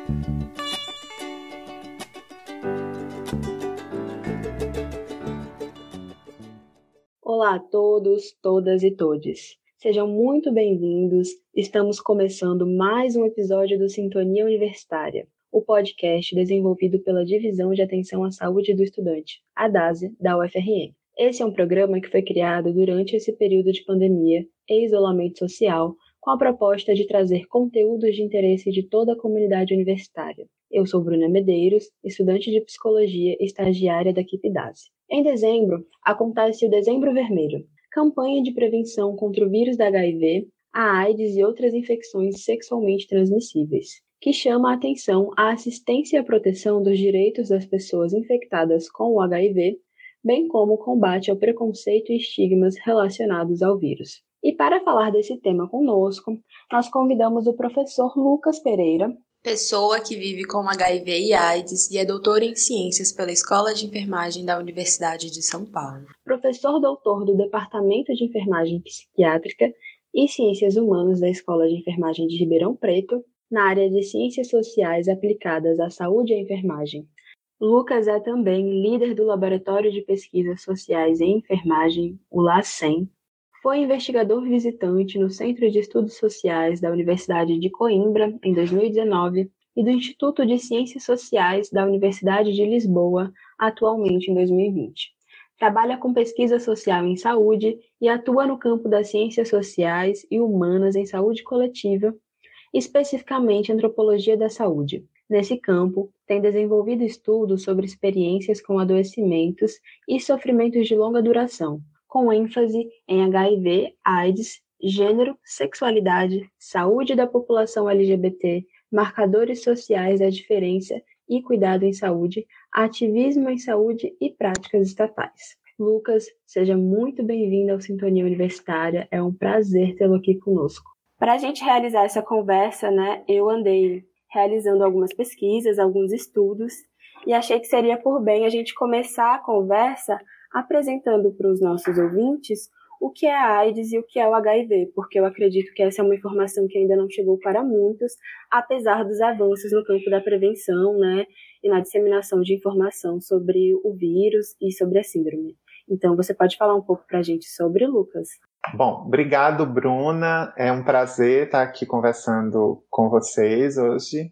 Olá a todos, todas e todes. Sejam muito bem-vindos. Estamos começando mais um episódio do Sintonia Universitária, o podcast desenvolvido pela Divisão de Atenção à Saúde do Estudante, a DASE, da UFRN. Esse é um programa que foi criado durante esse período de pandemia e isolamento social, com a proposta de trazer conteúdos de interesse de toda a comunidade universitária. Eu sou Bruna Medeiros, estudante de Psicologia e estagiária da equipe DASE. Em dezembro, acontece o Dezembro Vermelho, campanha de prevenção contra o vírus da HIV, a AIDS e outras infecções sexualmente transmissíveis, que chama a atenção à assistência e à proteção dos direitos das pessoas infectadas com o HIV, bem como o combate ao preconceito e estigmas relacionados ao vírus. E para falar desse tema conosco, nós convidamos o professor Lucas Pereira, pessoa que vive com HIV e AIDS e é doutor em Ciências pela Escola de Enfermagem da Universidade de São Paulo. Professor doutor do Departamento de Enfermagem Psiquiátrica e Ciências Humanas da Escola de Enfermagem de Ribeirão Preto, na área de Ciências Sociais aplicadas à Saúde e à Enfermagem. Lucas é também líder do Laboratório de Pesquisas Sociais em Enfermagem, o LACEN. Foi investigador visitante no Centro de Estudos Sociais da Universidade de Coimbra, em 2019, e do Instituto de Ciências Sociais da Universidade de Lisboa, atualmente em 2020. Trabalha com pesquisa social em saúde e atua no campo das ciências sociais e humanas em saúde coletiva, especificamente antropologia da saúde. Nesse campo, tem desenvolvido estudos sobre experiências com adoecimentos e sofrimentos de longa duração, com ênfase em HIV, AIDS, gênero, sexualidade, saúde da população LGBT, marcadores sociais da diferença e cuidado em saúde, ativismo em saúde e práticas estatais. Lucas, seja muito bem-vindo ao Sintonia Universitária, é um prazer tê-lo aqui conosco. Para a gente realizar essa conversa, eu andei realizando algumas pesquisas, alguns estudos, e achei que seria por bem a gente começar a conversa apresentando para os nossos ouvintes o que é a AIDS e o que é o HIV, porque eu acredito que essa é uma informação que ainda não chegou para muitos, apesar dos avanços no campo da prevenção, e na disseminação de informação sobre o vírus e sobre a síndrome. Então, você pode falar um pouco para a gente sobre, Lucas? Bom, obrigado, Bruna. É um prazer estar aqui conversando com vocês hoje.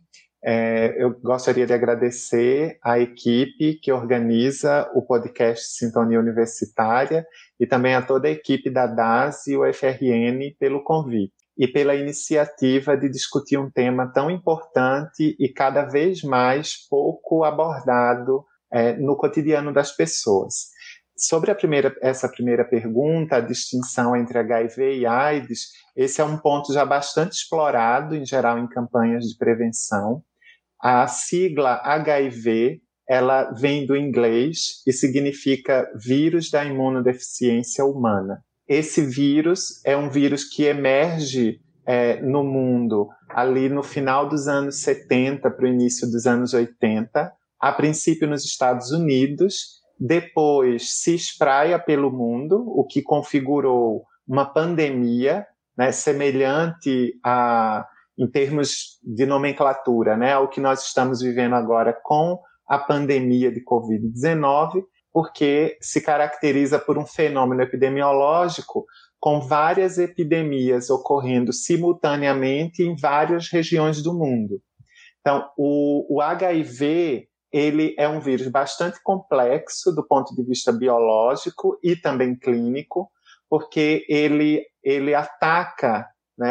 Eu gostaria de agradecer à equipe que organiza o podcast Sintonia Universitária e também a toda a equipe da DASE e UFRN pelo convite e pela iniciativa de discutir um tema tão importante e cada vez mais pouco abordado no cotidiano das pessoas. Sobre essa primeira pergunta, a distinção entre HIV e AIDS, esse é um ponto já bastante explorado, em geral, em campanhas de prevenção. A sigla HIV, ela vem do inglês e significa vírus da imunodeficiência humana. Esse vírus é um vírus que emerge no mundo ali no final dos anos 70 para o início dos anos 80, a princípio nos Estados Unidos, depois se espraia pelo mundo, o que configurou uma pandemia, semelhante em termos de nomenclatura, ao que nós estamos vivendo agora com a pandemia de Covid-19, porque se caracteriza por um fenômeno epidemiológico com várias epidemias ocorrendo simultaneamente em várias regiões do mundo. Então, o HIV, ele é um vírus bastante complexo do ponto de vista biológico e também clínico, porque ele ataca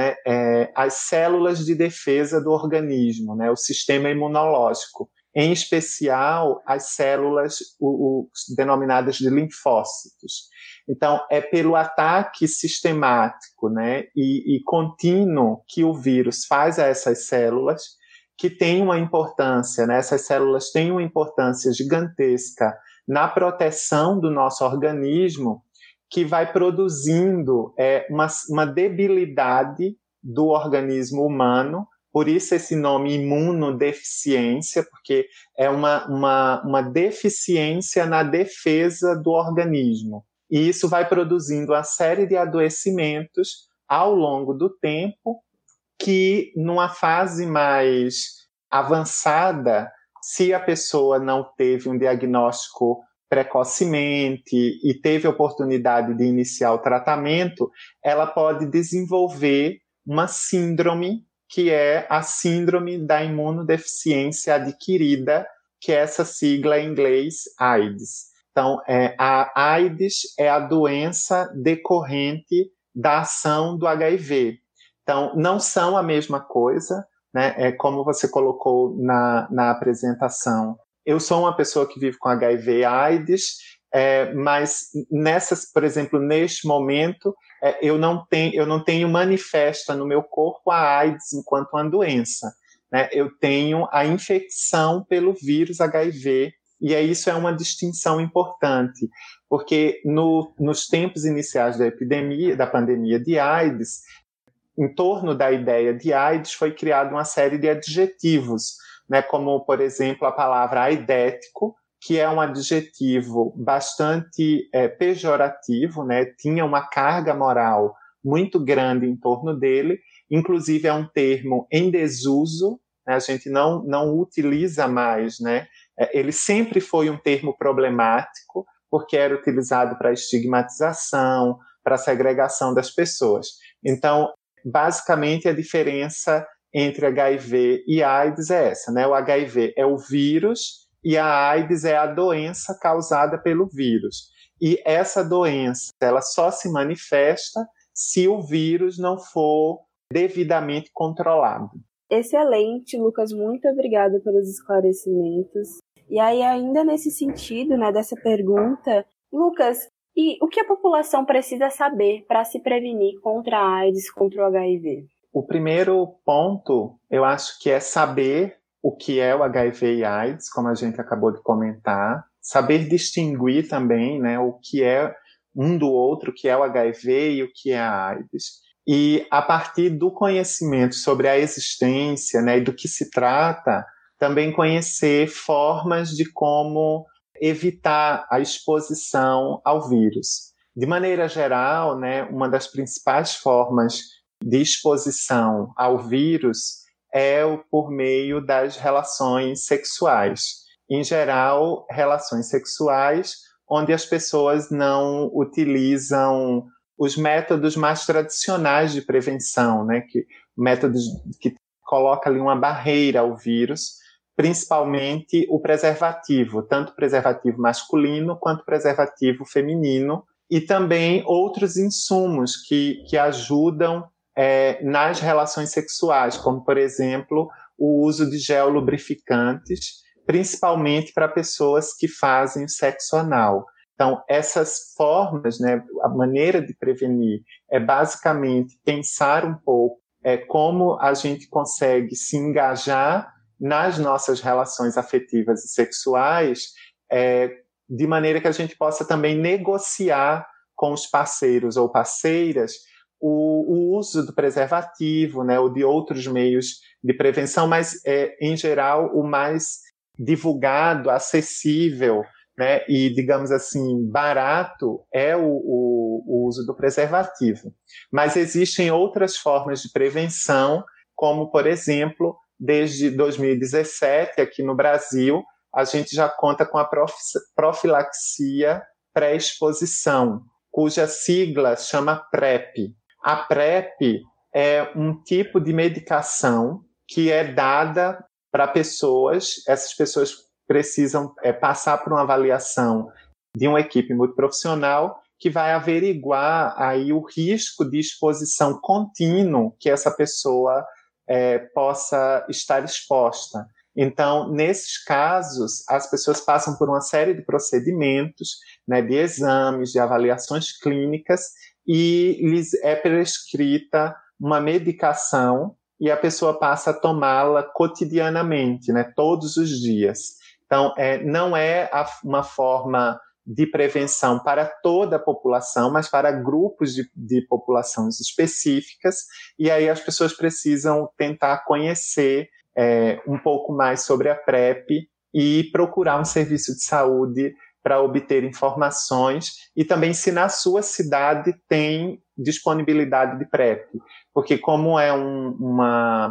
as células de defesa do organismo, o sistema imunológico, em especial as células denominadas de linfócitos. Então, é pelo ataque sistemático e contínuo que o vírus faz a essas células, que tem uma importância, essas células têm uma importância gigantesca na proteção do nosso organismo, que vai produzindo uma debilidade do organismo humano, por isso esse nome imunodeficiência, porque é uma deficiência na defesa do organismo. E isso vai produzindo uma série de adoecimentos ao longo do tempo, que numa fase mais avançada se a pessoa não teve um diagnóstico precocemente e teve a oportunidade de iniciar o tratamento, ela pode desenvolver uma síndrome, que é a síndrome da imunodeficiência adquirida, que é essa sigla em inglês AIDS. Então, a AIDS é a doença decorrente da ação do HIV. Então, não são a mesma coisa, né? Como você colocou na apresentação. Eu sou uma pessoa que vive com HIV e AIDS, mas por exemplo, neste momento, eu não tenho manifesta no meu corpo a AIDS enquanto uma doença, né? Eu tenho a infecção pelo vírus HIV, e isso é uma distinção importante, porque nos tempos iniciais da pandemia de AIDS, em torno da ideia de AIDS foi criada uma série de adjetivos, né, como, por exemplo, a palavra aidético, que é um adjetivo bastante pejorativo, né, tinha uma carga moral muito grande em torno dele, inclusive é um termo em desuso, né, a gente não utiliza mais, né, ele sempre foi um termo problemático, porque era utilizado para estigmatização, para segregação das pessoas. Então, basicamente, a diferença entre HIV e AIDS é essa, né? O HIV é o vírus e a AIDS é a doença causada pelo vírus. E essa doença, ela só se manifesta se o vírus não for devidamente controlado. Excelente, Lucas, muito obrigada pelos esclarecimentos. E aí, ainda nesse sentido, né, dessa pergunta, Lucas, e o que a população precisa saber para se prevenir contra a AIDS, contra o HIV? O primeiro ponto, eu acho que é saber o que é o HIV e AIDS, como a gente acabou de comentar, saber distinguir também, né, o que é um do outro, o que é o HIV e o que é a AIDS. E a partir do conhecimento sobre a existência, né, e do que se trata, também conhecer formas de como evitar a exposição ao vírus. De maneira geral, né, uma das principais formas de exposição ao vírus é por meio das relações sexuais. Em geral, relações sexuais onde as pessoas não utilizam os métodos mais tradicionais de prevenção, né, métodos que colocam ali uma barreira ao vírus, principalmente o preservativo, tanto o preservativo masculino quanto o preservativo feminino, e também outros insumos que ajudam nas relações sexuais, como, por exemplo, o uso de gel lubrificantes, principalmente para pessoas que fazem o sexo anal. Então, essas formas, né, a maneira de prevenir é basicamente pensar um pouco como a gente consegue se engajar nas nossas relações afetivas e sexuais, de maneira que a gente possa também negociar com os parceiros ou parceiras o uso do preservativo, né, ou de outros meios de prevenção, mas, em geral, o mais divulgado, acessível, né, e, digamos assim, barato é o uso do preservativo. Mas existem outras formas de prevenção, como, por exemplo, desde 2017, aqui no Brasil, a gente já conta com a profilaxia pré-exposição, cuja sigla chama PrEP. A PrEP é um tipo de medicação que é dada para pessoas, essas pessoas precisam passar por uma avaliação de uma equipe multiprofissional que vai averiguar aí o risco de exposição contínua que essa pessoa possa estar exposta. Então, nesses casos, as pessoas passam por uma série de procedimentos, né, de exames, de avaliações clínicas, e lhes é prescrita uma medicação e a pessoa passa a tomá-la cotidianamente, né, todos os dias. Então, não é uma forma de prevenção para toda a população, mas para grupos de populações específicas, e aí as pessoas precisam tentar conhecer um pouco mais sobre a PrEP e procurar um serviço de saúde para obter informações e também se na sua cidade tem disponibilidade de PrEP, porque como é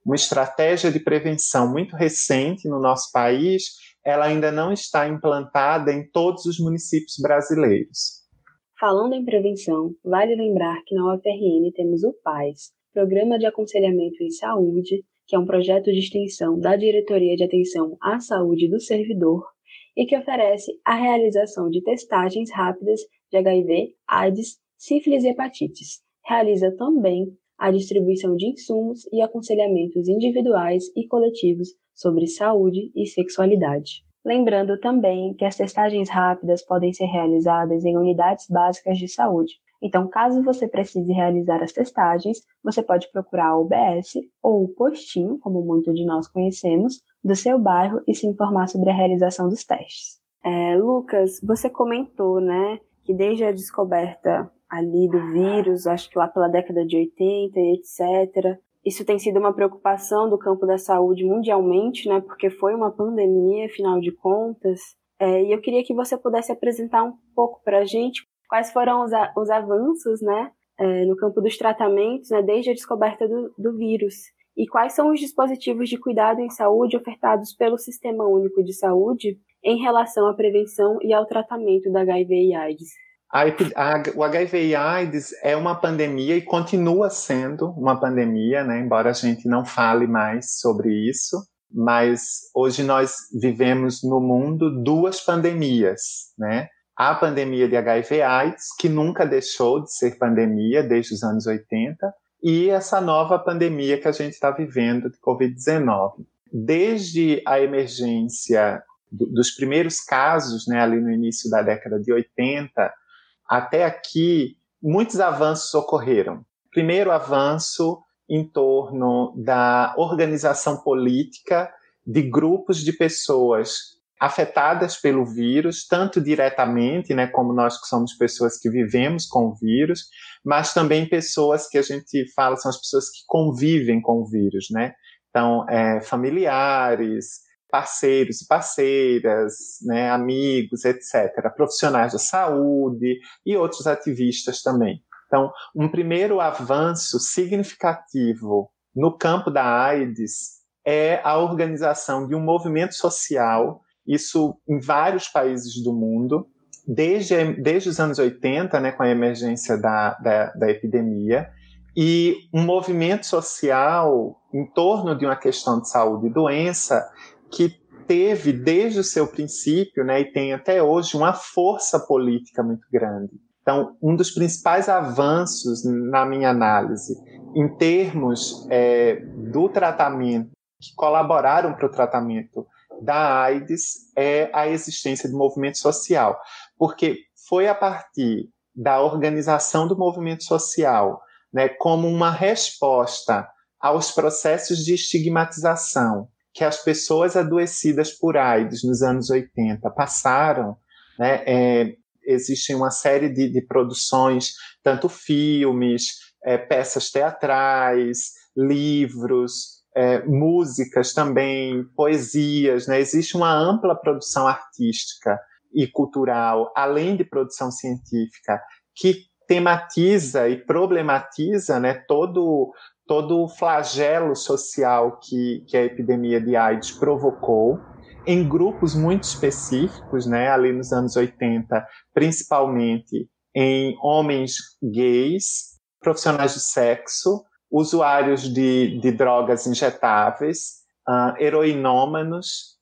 uma estratégia de prevenção muito recente no nosso país, ela ainda não está implantada em todos os municípios brasileiros. Falando em prevenção, vale lembrar que na UFRN temos o PAS, Programa de Aconselhamento em Saúde, que é um projeto de extensão da Diretoria de Atenção à Saúde do Servidor e que oferece a realização de testagens rápidas de HIV, AIDS, sífilis e hepatites. Realiza também a distribuição de insumos e aconselhamentos individuais e coletivos sobre saúde e sexualidade. Lembrando também que as testagens rápidas podem ser realizadas em unidades básicas de saúde. Então, caso você precise realizar as testagens, você pode procurar a UBS ou o postinho, como muitos de nós conhecemos, do seu bairro e se informar sobre a realização dos testes. Lucas, você comentou, né, que desde a descoberta ali do vírus, acho que lá pela década de 80 e etc., isso tem sido uma preocupação do campo da saúde mundialmente, né, porque foi uma pandemia, afinal de contas. E eu queria que você pudesse apresentar um pouco para a gente quais foram os avanços, né, no campo dos tratamentos, né, desde a descoberta do vírus. E quais são os dispositivos de cuidado em saúde ofertados pelo Sistema Único de Saúde em relação à prevenção e ao tratamento da HIV e AIDS? O HIV e AIDS é uma pandemia e continua sendo uma pandemia, né? Embora a gente não fale mais sobre isso, mas hoje nós vivemos no mundo duas pandemias, né? A pandemia de HIV e AIDS, que nunca deixou de ser pandemia desde os anos 80, e essa nova pandemia que a gente está vivendo de Covid-19. Desde a emergência dos primeiros casos, né, ali no início da década de 80, até aqui, muitos avanços ocorreram. Primeiro avanço em torno da organização política de grupos de pessoas afetadas pelo vírus, tanto diretamente, né, como nós que somos pessoas que vivemos com o vírus, mas também pessoas que a gente fala são as pessoas que convivem com o vírus, né? Então, familiares, parceiros e parceiras, né, amigos, etc., profissionais da saúde e outros ativistas também. Então, um primeiro avanço significativo no campo da AIDS é a organização de um movimento social, isso em vários países do mundo, desde os anos 80, né, com a emergência da epidemia, e um movimento social em torno de uma questão de saúde e doença que teve desde o seu princípio, né, e tem até hoje uma força política muito grande. Então, um dos principais avanços, na minha análise, em termos do tratamento, que colaboraram para o tratamento da AIDS, é a existência de movimento social, porque foi a partir da organização do movimento social, né, como uma resposta aos processos de estigmatização que as pessoas adoecidas por AIDS nos anos 80 passaram, né? Existem uma série de produções, tanto filmes, peças teatrais, livros, músicas também, poesias, né? Existe uma ampla produção artística e cultural, além de produção científica, que tematiza e problematiza, né, todo o flagelo social que a epidemia de AIDS provocou, em grupos muito específicos, né, ali nos anos 80, principalmente em homens gays, profissionais de sexo, usuários de drogas injetáveis, heroinômanos,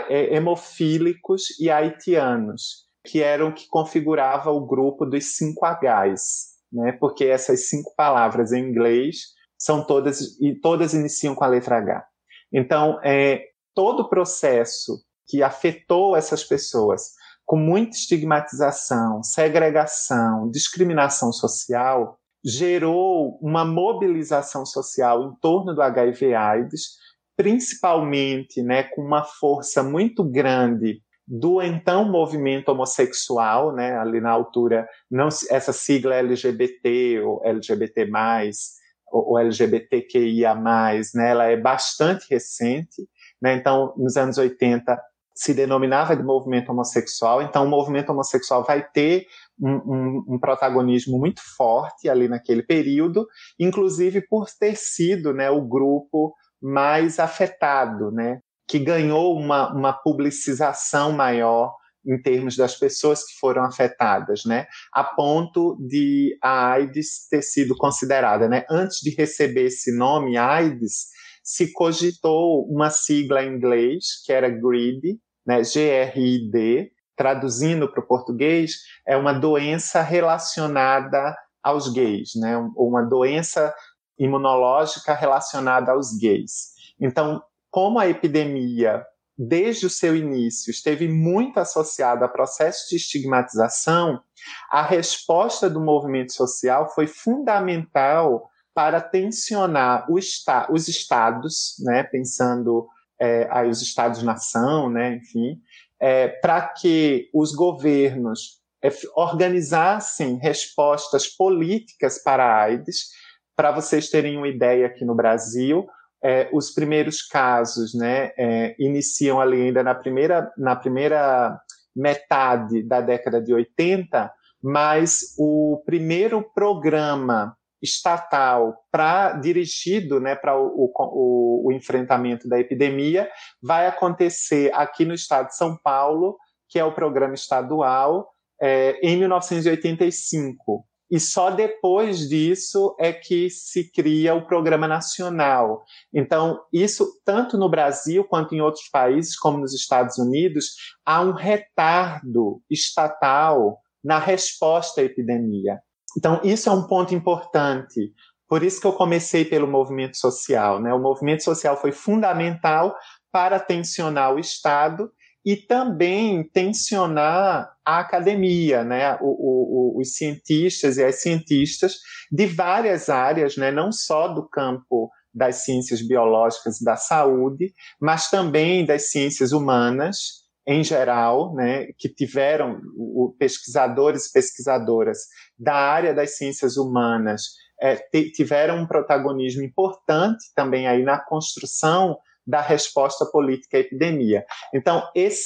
hemofílicos e haitianos, que eram que configurava o grupo dos 5Hs, né, porque essas 5 palavras em inglês são todas iniciam com a letra H. Então, todo o processo que afetou essas pessoas com muita estigmatização, segregação, discriminação social, gerou uma mobilização social em torno do HIV/AIDS, principalmente, né, com uma força muito grande do então movimento homossexual, né, ali na altura, não, essa sigla LGBT ou LGBT+, ou LGBTQIA+, né, ela é bastante recente, né, então nos anos 80 se denominava de movimento homossexual, então o movimento homossexual vai ter um protagonismo muito forte ali naquele período, inclusive por ter sido, né, o grupo mais afetado, né? Que ganhou uma publicização maior em termos das pessoas que foram afetadas, né? A ponto de a AIDS ter sido considerada, né? Antes de receber esse nome, AIDS, se cogitou uma sigla em inglês, que era GRID, né? GRID, traduzindo para o português, é uma doença relacionada aos gays, né? Uma doença imunológica relacionada aos gays. Então, como a epidemia, desde o seu início, esteve muito associada a processos de estigmatização, a resposta do movimento social foi fundamental para tensionar os estados, né, pensando aí os estados-nação, né, enfim, para que os governos organizassem respostas políticas para a AIDS. Para vocês terem uma ideia, aqui no Brasil, os primeiros casos, né, iniciam ali ainda na primeira metade da década de 80, mas o primeiro programa estatal dirigido, né, para o enfrentamento da epidemia vai acontecer aqui no estado de São Paulo, que é o programa estadual, em 1985. E só depois disso é que se cria o Programa Nacional. Então, isso, tanto no Brasil quanto em outros países, como nos Estados Unidos, há um retardo estatal na resposta à epidemia. Então, isso é um ponto importante. Por isso que eu comecei pelo movimento social, né? O movimento social foi fundamental para tensionar o Estado e também tensionar a academia, né? Os cientistas e as cientistas de várias áreas, né? Não só do campo das ciências biológicas e da saúde, mas também das ciências humanas em geral, né? Que tiveram pesquisadores e pesquisadoras da área das ciências humanas, tiveram um protagonismo importante também aí na construção da resposta política à epidemia. Então,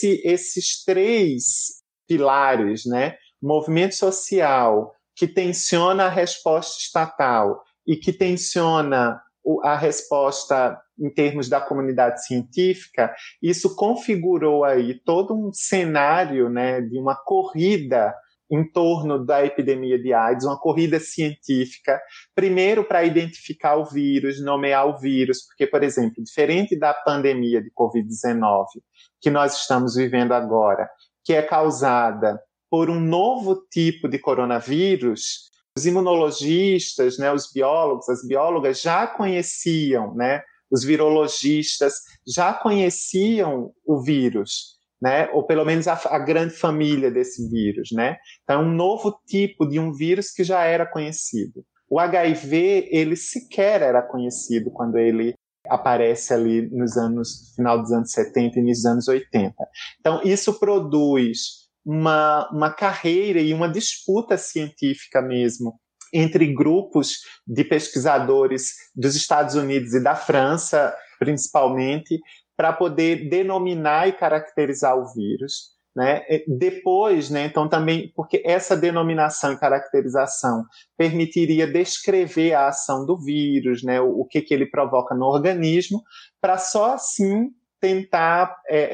esses três pilares, né, movimento social, que tensiona a resposta estatal e que tensiona a resposta em termos da comunidade científica, isso configurou aí todo um cenário, né, de uma corrida em torno da epidemia de AIDS, uma corrida científica, primeiro para identificar o vírus, nomear o vírus, porque, por exemplo, diferente da pandemia de Covid-19 que nós estamos vivendo agora, que é causada por um novo tipo de coronavírus, os imunologistas, né, os biólogos, as biólogas já conheciam, né, os virologistas já conheciam o vírus, né? Ou pelo menos a grande família desse vírus, né? Então, é um novo tipo de um vírus que já era conhecido. O HIV, ele sequer era conhecido quando ele aparece ali final dos anos 70 e início dos anos 80. Então, isso produz uma carreira e uma disputa científica mesmo entre grupos de pesquisadores dos Estados Unidos e da França, principalmente, para poder denominar e caracterizar o vírus, né? Depois, né, então também, porque essa denominação e caracterização permitiria descrever a ação do vírus, né, o que ele provoca no organismo, para só assim tentar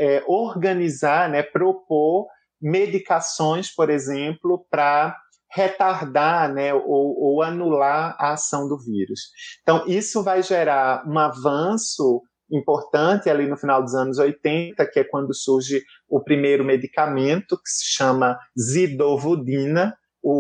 organizar, né, propor medicações, por exemplo, para retardar, né, ou anular a ação do vírus. Então, isso vai gerar um avanço importante ali no final dos anos 80, que é quando surge o primeiro medicamento, que se chama zidovudina,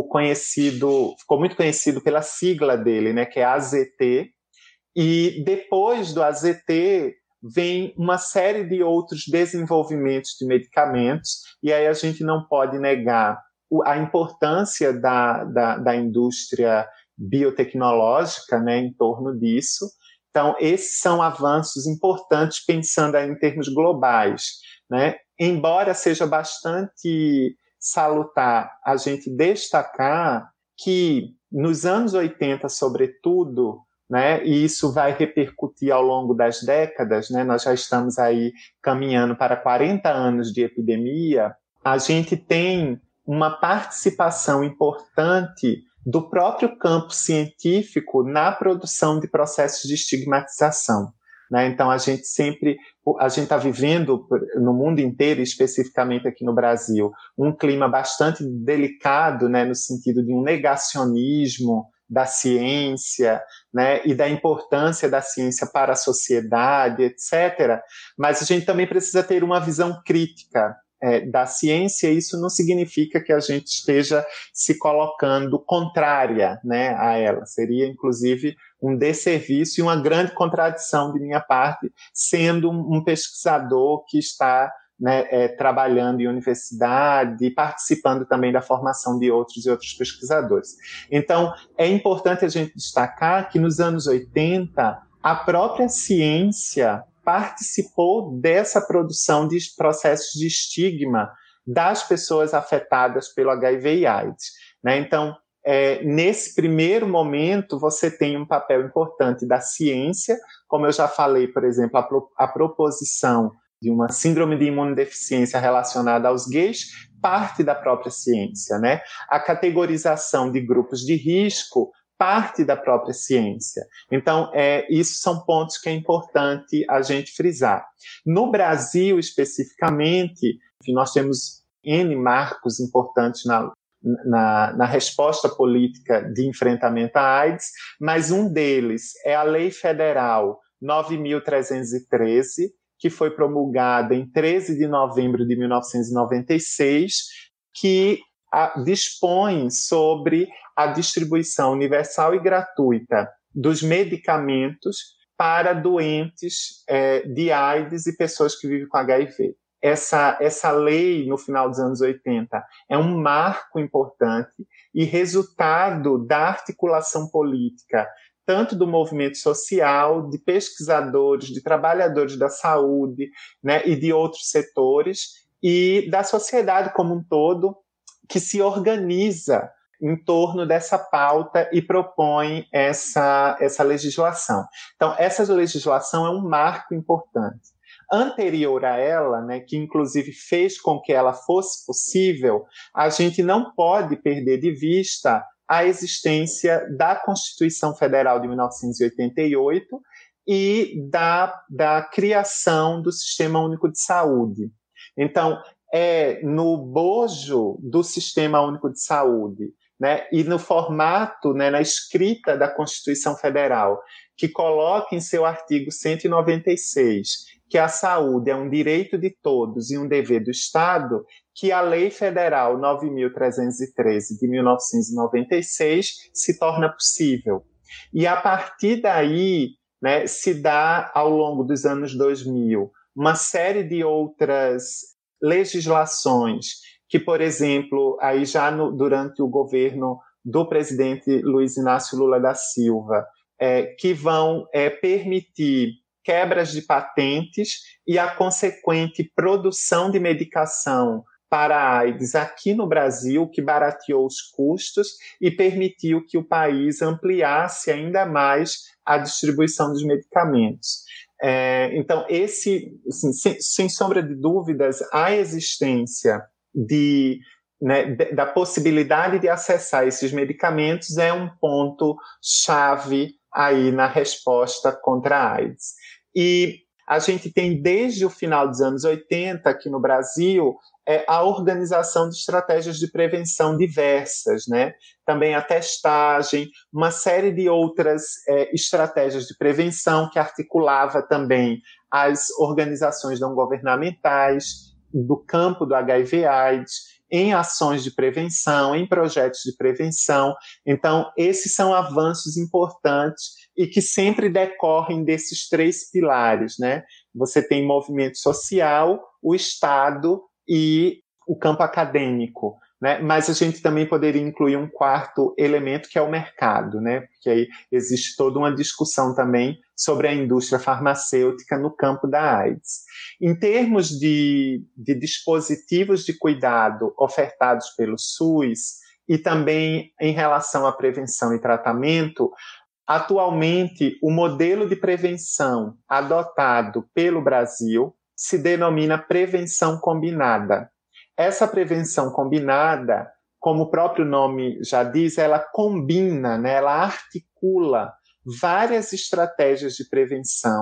ficou muito conhecido pela sigla dele, né, que é AZT, e depois do AZT vem uma série de outros desenvolvimentos de medicamentos, e aí a gente não pode negar a importância da indústria biotecnológica, né, em torno disso. Então, esses são avanços importantes pensando aí em termos globais, né? Embora seja bastante salutar a gente destacar que nos anos 80, sobretudo, né, e isso vai repercutir ao longo das décadas, né, nós já estamos aí caminhando para 40 anos de epidemia, a gente tem uma participação importante do próprio campo científico na produção de processos de estigmatização. né? Então, a gente está vivendo no mundo inteiro, especificamente aqui no Brasil, um clima bastante delicado, né, no sentido de um negacionismo da ciência, né, e da importância da ciência para a sociedade, etc. Mas a gente também precisa ter uma visão crítica da ciência. Isso não significa que a gente esteja se colocando contrária, né, a ela. Seria, inclusive, um desserviço e uma grande contradição de minha parte, sendo um pesquisador que está, né, trabalhando em universidade e participando também da formação de outros pesquisadores. Então, é importante a gente destacar que nos anos 80, a própria ciência participou dessa produção de processos de estigma das pessoas afetadas pelo HIV e AIDS, né? Então, nesse primeiro momento, você tem um papel importante da ciência, como eu já falei, por exemplo, a proposição de uma síndrome de imunodeficiência relacionada aos gays, parte da própria ciência, né? A categorização de grupos de risco, parte da própria ciência. Então, isso são pontos que é importante a gente frisar. No Brasil, especificamente, nós temos N marcos importantes na resposta política de enfrentamento à AIDS, mas um deles é a Lei Federal 9.313, que foi promulgada em 13 de novembro de 1996, que dispõe sobre a distribuição universal e gratuita dos medicamentos para doentes de AIDS e pessoas que vivem com HIV. Essa lei, no final dos anos 80, é um marco importante e resultado da articulação política, tanto do movimento social, de pesquisadores, de trabalhadores da saúde, né, e de outros setores, e da sociedade como um todo, que se organiza em torno dessa pauta e propõe essa legislação. Então, essa legislação é um marco importante. Anterior a ela, né, que inclusive fez com que ela fosse possível, a gente não pode perder de vista a existência da Constituição Federal de 1988 e da criação do Sistema Único de Saúde. Então, no bojo do Sistema Único de Saúde, né, e no formato, né, na escrita da Constituição Federal, que coloca em seu artigo 196 que a saúde é um direito de todos e um dever do Estado, que a Lei Federal 9.313 de 1996 se torna possível. E a partir daí, né, se dá, ao longo dos anos 2000, uma série de outras legislações que, por exemplo, aí já durante o governo do presidente Luiz Inácio Lula da Silva, que vão permitir quebras de patentes e a consequente produção de medicação para a AIDS aqui no Brasil, que barateou os custos e permitiu que o país ampliasse ainda mais a distribuição dos medicamentos. Então, assim, sem sombra de dúvidas, a existência da possibilidade de acessar esses medicamentos é um ponto-chave aí na resposta contra a AIDS. E a gente tem, desde o final dos anos 80, aqui no Brasil, a organização de estratégias de prevenção diversas, né? Também a testagem, uma série de outras estratégias de prevenção que articulava também as organizações não governamentais do campo do HIV/AIDS, em ações de prevenção, em projetos de prevenção. Então, esses são avanços importantes e que sempre decorrem desses três pilares, né? Você tem movimento social, o Estado e o campo acadêmico, né? Mas a gente também poderia incluir um quarto elemento, que é o mercado, né? Porque aí existe toda uma discussão também sobre a indústria farmacêutica no campo da AIDS. Em termos de dispositivos de cuidado ofertados pelo SUS e também em relação à prevenção e tratamento, atualmente o modelo de prevenção adotado pelo Brasil se denomina prevenção combinada. Essa prevenção combinada, como o próprio nome já diz, ela combina, né? Ela articula várias estratégias de prevenção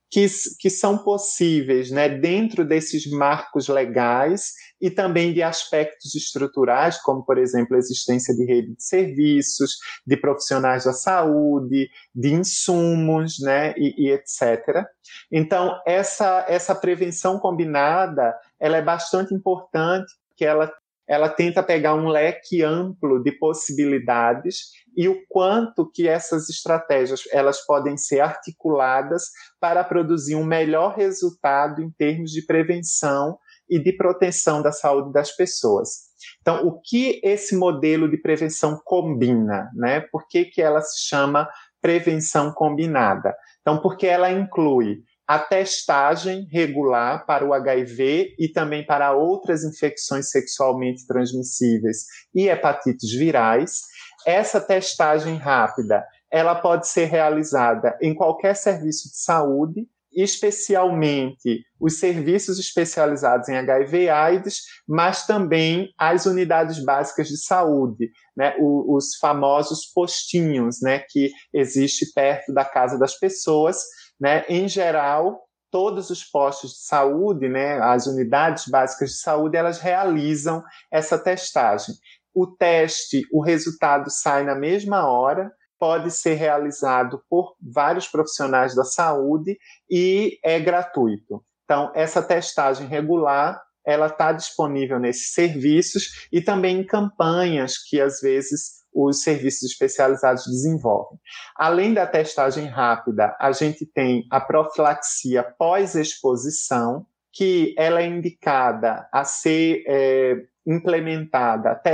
que são possíveis, né, dentro desses marcos legais e também de aspectos estruturais, como, por exemplo, a existência de rede de serviços, de profissionais da saúde, de insumos, né, e etc. Então, essa prevenção combinada, ela é bastante importante, porque ela tenta pegar um leque amplo de possibilidades e o quanto que essas estratégias elas podem ser articuladas para produzir um melhor resultado em termos de prevenção e de proteção da saúde das pessoas. Então, o que esse modelo de prevenção combina, né? Por que ela se chama prevenção combinada? Então, porque ela inclui a testagem regular para o HIV e também para outras infecções sexualmente transmissíveis e hepatites virais. Essa testagem rápida, ela pode ser realizada em qualquer serviço de saúde, especialmente os serviços especializados em HIV e AIDS, mas também as unidades básicas de saúde, né, os famosos postinhos, né, que existe perto da casa das pessoas, né. Em geral, todos os postos de saúde, né, as unidades básicas de saúde, elas realizam essa testagem. O teste, o resultado sai na mesma hora, pode ser realizado por vários profissionais da saúde e é gratuito. Então, essa testagem regular, ela está disponível nesses serviços e também em campanhas que, às vezes, os serviços especializados desenvolvem. Além da testagem rápida, a gente tem a profilaxia pós-exposição, que ela é indicada a ser implementada até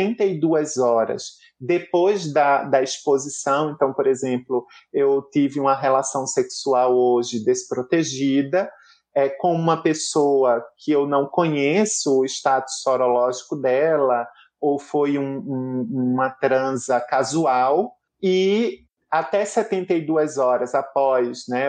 72 horas depois da exposição. Então, por exemplo, eu tive uma relação sexual hoje desprotegida com uma pessoa que eu não conheço o status sorológico dela, ou foi uma transa casual, e até 72 horas após, né,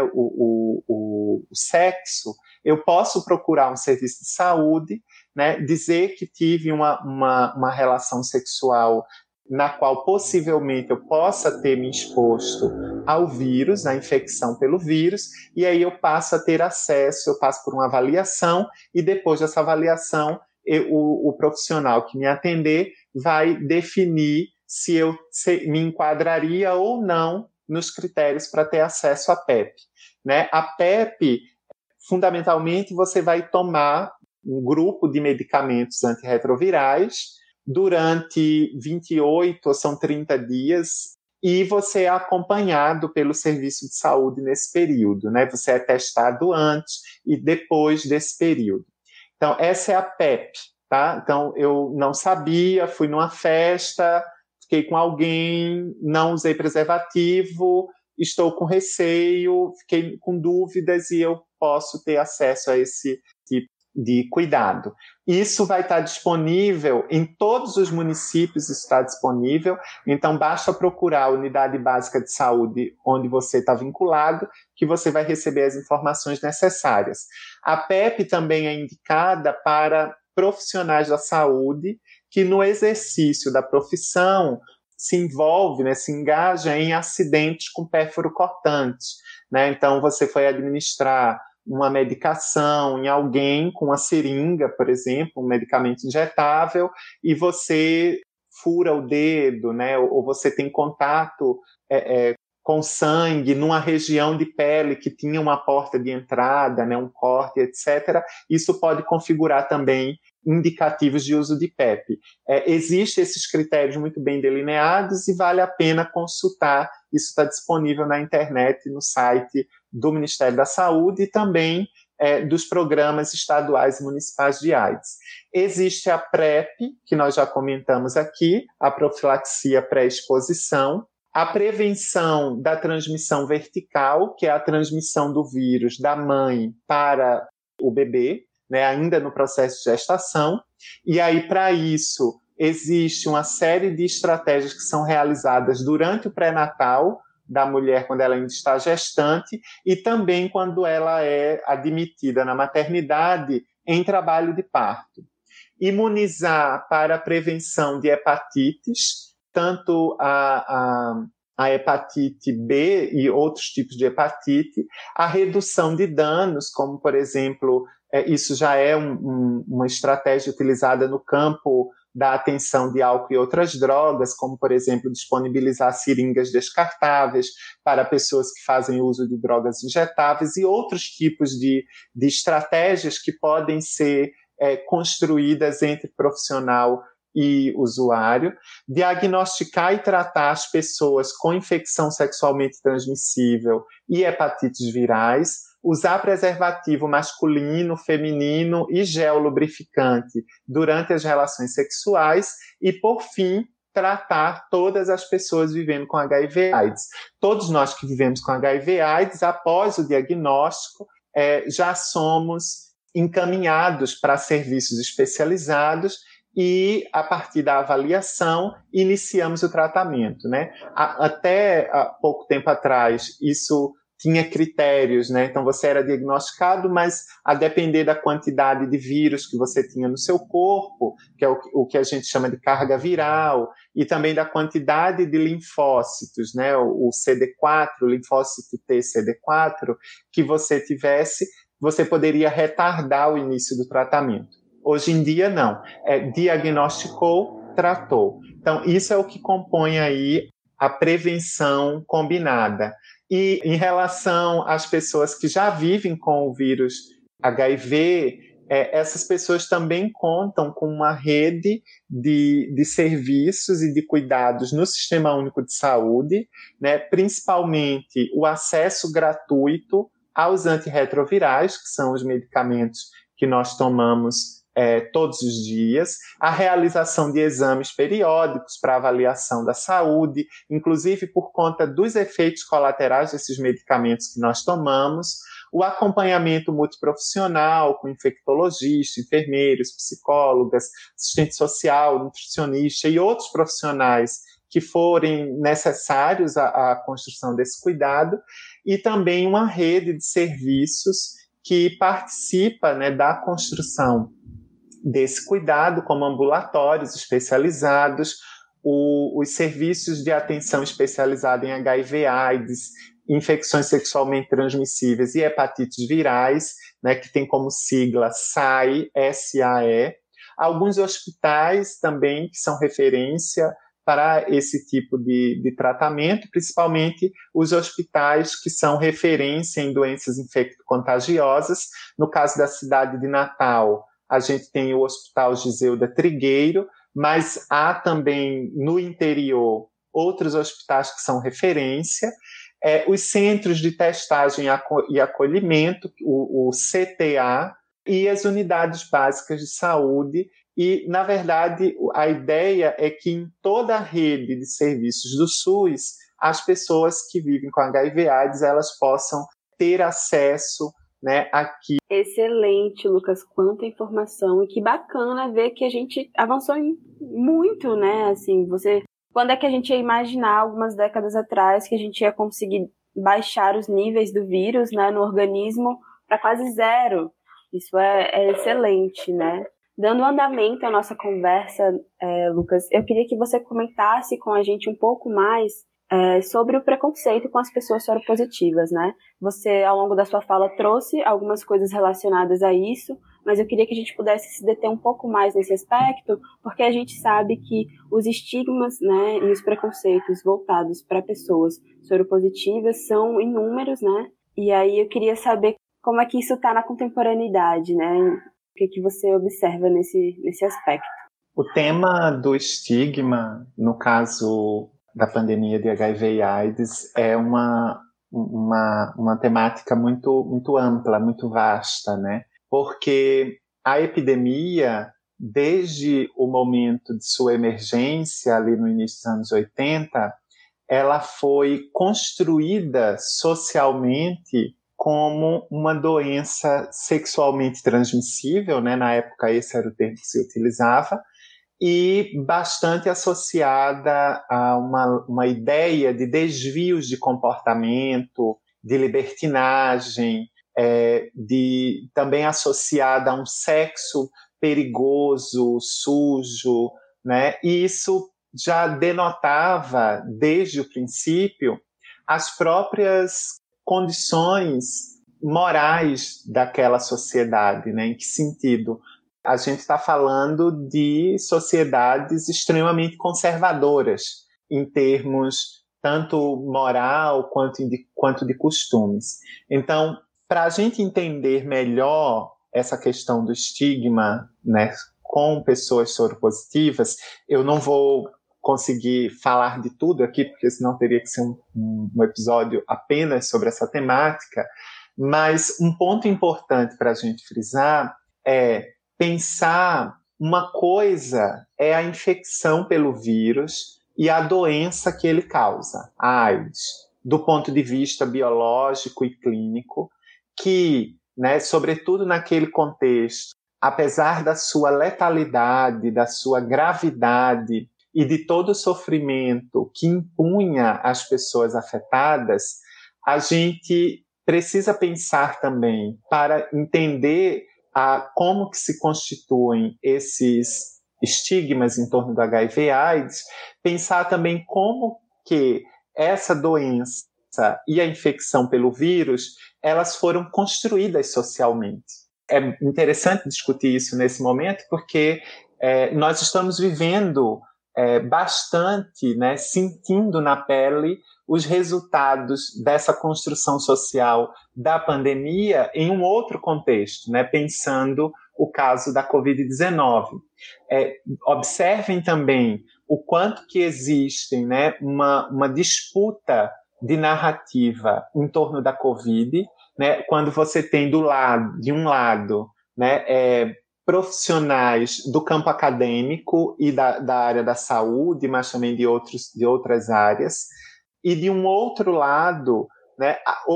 o sexo, eu posso procurar um serviço de saúde, né, dizer que tive uma relação sexual na qual possivelmente eu possa ter me exposto ao vírus, à infecção pelo vírus, e aí eu passo a ter acesso, eu passo por uma avaliação, e depois dessa avaliação, o profissional que me atender vai definir se eu me enquadraria ou não nos critérios para ter acesso à PEP. Né? A PEP, fundamentalmente, você vai tomar um grupo de medicamentos antirretrovirais durante 28 ou são 30 dias, e você é acompanhado pelo serviço de saúde nesse período, né? Você é testado antes e depois desse período. Então, essa é a PEP, tá? Então, eu não sabia, fui numa festa, fiquei com alguém, não usei preservativo, estou com receio, fiquei com dúvidas e eu posso ter acesso a esse tipo de cuidado. Isso vai estar disponível em todos os municípios, está disponível, então basta procurar a unidade básica de saúde onde você está vinculado, que você vai receber as informações necessárias. A PEP também é indicada para profissionais da saúde que no exercício da profissão se envolve, né, se engaja em acidentes com pérfuro cortante, né? Então você foi administrar uma medicação em alguém com uma seringa, por exemplo, um medicamento injetável, e você fura o dedo, né? Ou você tem contato com sangue numa região de pele que tinha uma porta de entrada, né? Um corte, etc. Isso pode configurar também indicativos de uso de PEP. Existem esses critérios muito bem delineados e vale a pena consultar. Isso está disponível na internet, no site do Ministério da Saúde e também dos programas estaduais e municipais de AIDS. Existe a PrEP, que nós já comentamos aqui, a profilaxia pré-exposição, a prevenção da transmissão vertical, que é a transmissão do vírus da mãe para o bebê, né, ainda no processo de gestação, e aí para isso existe uma série de estratégias que são realizadas durante o pré-natal da mulher quando ela ainda está gestante e também quando ela é admitida na maternidade em trabalho de parto. Imunizar para a prevenção de hepatites, tanto a hepatite B e outros tipos de hepatite, a redução de danos, como, por exemplo, isso já é uma estratégia utilizada no campo da atenção de álcool e outras drogas, como, por exemplo, disponibilizar seringas descartáveis para pessoas que fazem uso de drogas injetáveis e outros tipos de estratégias que podem ser construídas entre profissional e usuário, diagnosticar e tratar as pessoas com infecção sexualmente transmissível e hepatites virais, usar preservativo masculino, feminino e gel lubrificante durante as relações sexuais e, por fim, tratar todas as pessoas vivendo com HIV/AIDS. Todos nós que vivemos com HIV/AIDS, após o diagnóstico, já somos encaminhados para serviços especializados e, a partir da avaliação, iniciamos o tratamento, né? Até há pouco tempo atrás, isso tinha critérios, né? Então, você era diagnosticado, mas a depender da quantidade de vírus que você tinha no seu corpo, que é o que a gente chama de carga viral, e também da quantidade de linfócitos, né? O CD4, o linfócito T CD4, que você tivesse, você poderia retardar o início do tratamento. Hoje em dia, não. Diagnosticou, tratou. Então, isso é o que compõe aí a prevenção combinada. E em relação às pessoas que já vivem com o vírus HIV, essas pessoas também contam com uma rede de serviços e de cuidados no Sistema Único de Saúde, né? Principalmente o acesso gratuito aos antirretrovirais, que são os medicamentos que nós tomamos todos os dias, a realização de exames periódicos para avaliação da saúde, inclusive por conta dos efeitos colaterais desses medicamentos que nós tomamos, o acompanhamento multiprofissional com infectologista, enfermeiros, psicólogas, assistente social, nutricionista e outros profissionais que forem necessários à construção desse cuidado, e também uma rede de serviços que participa, né, da construção desse cuidado, como ambulatórios especializados, os serviços de atenção especializada em HIV/AIDS, infecções sexualmente transmissíveis e hepatites virais, né, que tem como sigla SAE, S-A-E. Alguns hospitais também que são referência para esse tipo de tratamento, principalmente os hospitais que são referência em doenças infecto-contagiosas. No caso da cidade de Natal, a gente tem o Hospital Giseuda Trigueiro, mas há também no interior outros hospitais que são referência, os centros de testagem e acolhimento, o CTA, e as unidades básicas de saúde. E, na verdade, a ideia é que em toda a rede de serviços do SUS, as pessoas que vivem com HIV/AIDS, elas possam ter acesso, né, aqui. Excelente, Lucas, quanta informação, e que bacana ver que a gente avançou muito, né, assim, quando é que a gente ia imaginar algumas décadas atrás que a gente ia conseguir baixar os níveis do vírus, né, no organismo para quase zero? Isso é excelente, né? Dando andamento à nossa conversa, Lucas, eu queria que você comentasse com a gente um pouco mais sobre o preconceito com as pessoas soropositivas, né? Você, ao longo da sua fala, trouxe algumas coisas relacionadas a isso, mas eu queria que a gente pudesse se deter um pouco mais nesse aspecto, porque a gente sabe que os estigmas, né, e os preconceitos voltados para pessoas soropositivas são inúmeros, né? E aí eu queria saber como é que isso está na contemporaneidade, né? O que você observa nesse aspecto? O tema do estigma, no caso da pandemia de HIV e AIDS, é uma temática muito, muito ampla, muito vasta, né? Porque a epidemia, desde o momento de sua emergência, ali no início dos anos 80, ela foi construída socialmente como uma doença sexualmente transmissível, né? Na época esse era o termo que se utilizava, e bastante associada a uma ideia de desvios de comportamento, de libertinagem, também associada a um sexo perigoso, sujo, né? E isso já denotava, desde o princípio, as próprias condições morais daquela sociedade, né? Em que sentido? A gente está falando de sociedades extremamente conservadoras, em termos tanto moral quanto de costumes. Então, para a gente entender melhor essa questão do estigma, né, com pessoas soropositivas, eu não vou conseguir falar de tudo aqui, porque senão teria que ser um episódio apenas sobre essa temática, mas um ponto importante para a gente frisar é pensar uma coisa é a infecção pelo vírus e a doença que ele causa, a AIDS, do ponto de vista biológico e clínico, que, né, sobretudo naquele contexto, apesar da sua letalidade, da sua gravidade e de todo o sofrimento que impunha as pessoas afetadas, a gente precisa pensar também para entender como que se constituem esses estigmas em torno do HIV/AIDS, pensar também como que essa doença e a infecção pelo vírus, elas foram construídas socialmente. É interessante discutir isso nesse momento, porque nós estamos vivendo bastante, né, sentindo na pele os resultados dessa construção social da pandemia em um outro contexto, né, pensando o caso da Covid-19. Observem também o quanto que existem, né, uma disputa de narrativa em torno da Covid, né, quando você tem de um lado, né, profissionais do campo acadêmico e da área da saúde, mas também de outras áreas, e de um outro lado, né,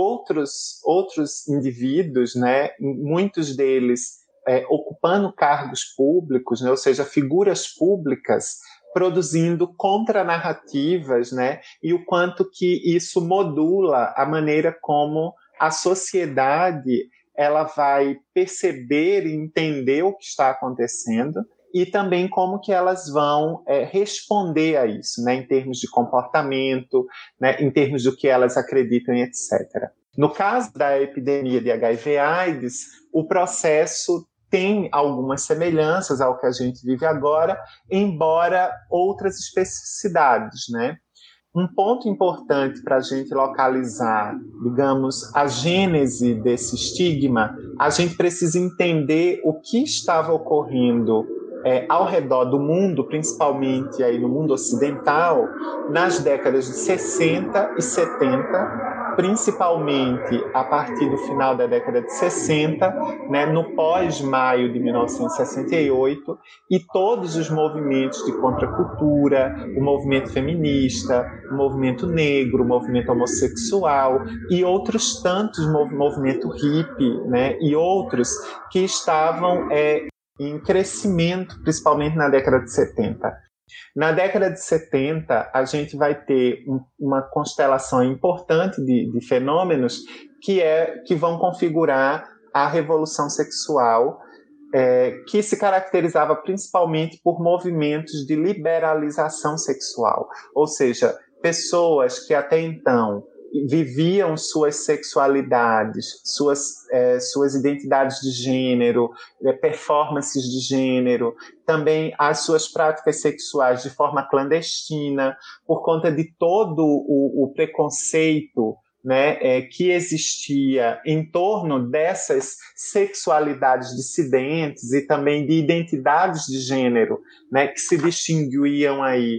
outros indivíduos, né, muitos deles ocupando cargos públicos, né, ou seja, figuras públicas, produzindo contranarrativas, né, e o quanto que isso modula a maneira como a sociedade ela vai perceber e entender o que está acontecendo e também como que elas vão responder a isso, né, em termos de comportamento, né, em termos do que elas acreditam, etc. No caso da epidemia de HIV/AIDS, o processo tem algumas semelhanças ao que a gente vive agora, embora outras especificidades, né? Um ponto importante para a gente localizar, digamos, a gênese desse estigma, a gente precisa entender o que estava ocorrendo ao redor do mundo, principalmente aí no mundo ocidental, nas décadas de 60 e 70, principalmente a partir do final da década de 60, né, no pós-maio de 1968, e todos os movimentos de contracultura, o movimento feminista, o movimento negro, o movimento homossexual e outros tantos, movimento hippie, né, e outros que estavam em crescimento, principalmente na década de 70. Na década de 70, a gente vai ter uma constelação importante de fenômenos que vão configurar a revolução sexual, que se caracterizava principalmente por movimentos de liberalização sexual, ou seja, pessoas que até então viviam suas sexualidades, suas identidades de gênero, performances de gênero, também as suas práticas sexuais de forma clandestina, por conta de todo o preconceito, né, que existia em torno dessas sexualidades dissidentes e também de identidades de gênero, né, que se distinguiam aí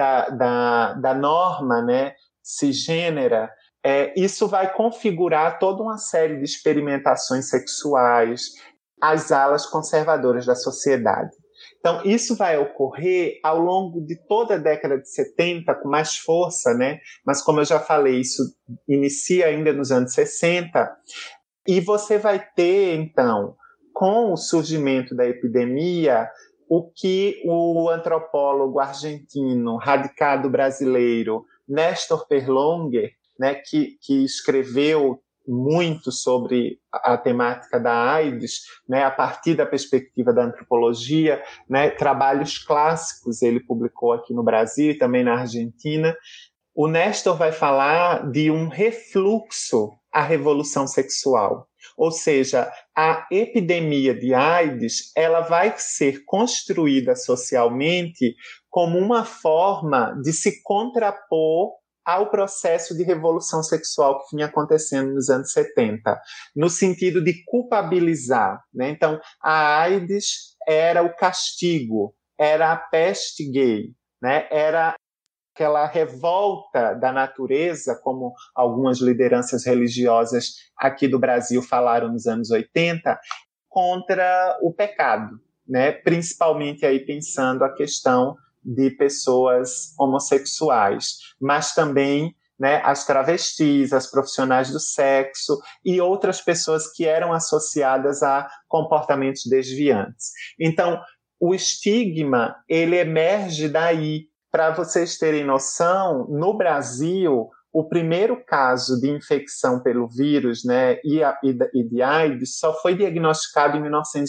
da norma, né, cisgênera. Isso vai configurar toda uma série de experimentações sexuais, as alas conservadoras da sociedade. Então, isso vai ocorrer ao longo de toda a década de 70 com mais força, né? Mas, como eu já falei, isso inicia ainda nos anos 60, e você vai ter, então, com o surgimento da epidemia, o que o antropólogo argentino, radicado brasileiro, Néstor Perlonger, né, que escreveu muito sobre a temática da AIDS, né, a partir da perspectiva da antropologia, né, trabalhos clássicos ele publicou aqui no Brasil e também na Argentina. O Nestor vai falar de um refluxo à revolução sexual, ou seja, a epidemia de AIDS ela vai ser construída socialmente como uma forma de se contrapor ao processo de revolução sexual que vinha acontecendo nos anos 70, no sentido de culpabilizar, né? Então, a AIDS era o castigo, era a peste gay, né? Era aquela revolta da natureza, como algumas lideranças religiosas aqui do Brasil falaram nos anos 80, contra o pecado, né? Principalmente aí pensando a questão de pessoas homossexuais, mas também, né, as travestis, as profissionais do sexo e outras pessoas que eram associadas a comportamentos desviantes. Então, o estigma, ele emerge daí. Para vocês terem noção, no Brasil, o primeiro caso de infecção pelo vírus, né, e de AIDS só foi diagnosticado em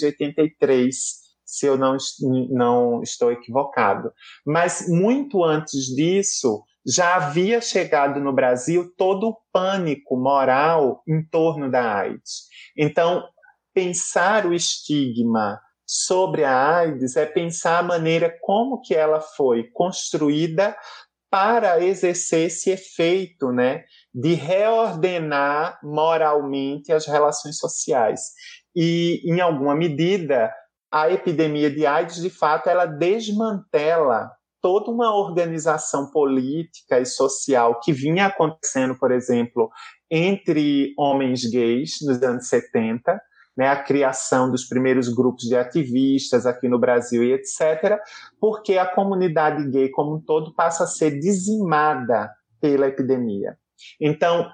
1983, se eu não estou equivocado. Mas muito antes disso, já havia chegado no Brasil todo o pânico moral em torno da AIDS. Então, pensar o estigma sobre a AIDS é pensar a maneira como que ela foi construída para exercer esse efeito, né, de reordenar moralmente as relações sociais. E, em alguma medida, a epidemia de AIDS, de fato, ela desmantela toda uma organização política e social que vinha acontecendo, por exemplo, entre homens gays nos anos 70, né, a criação dos primeiros grupos de ativistas aqui no Brasil e etc., porque a comunidade gay como um todo passa a ser dizimada pela epidemia. Então,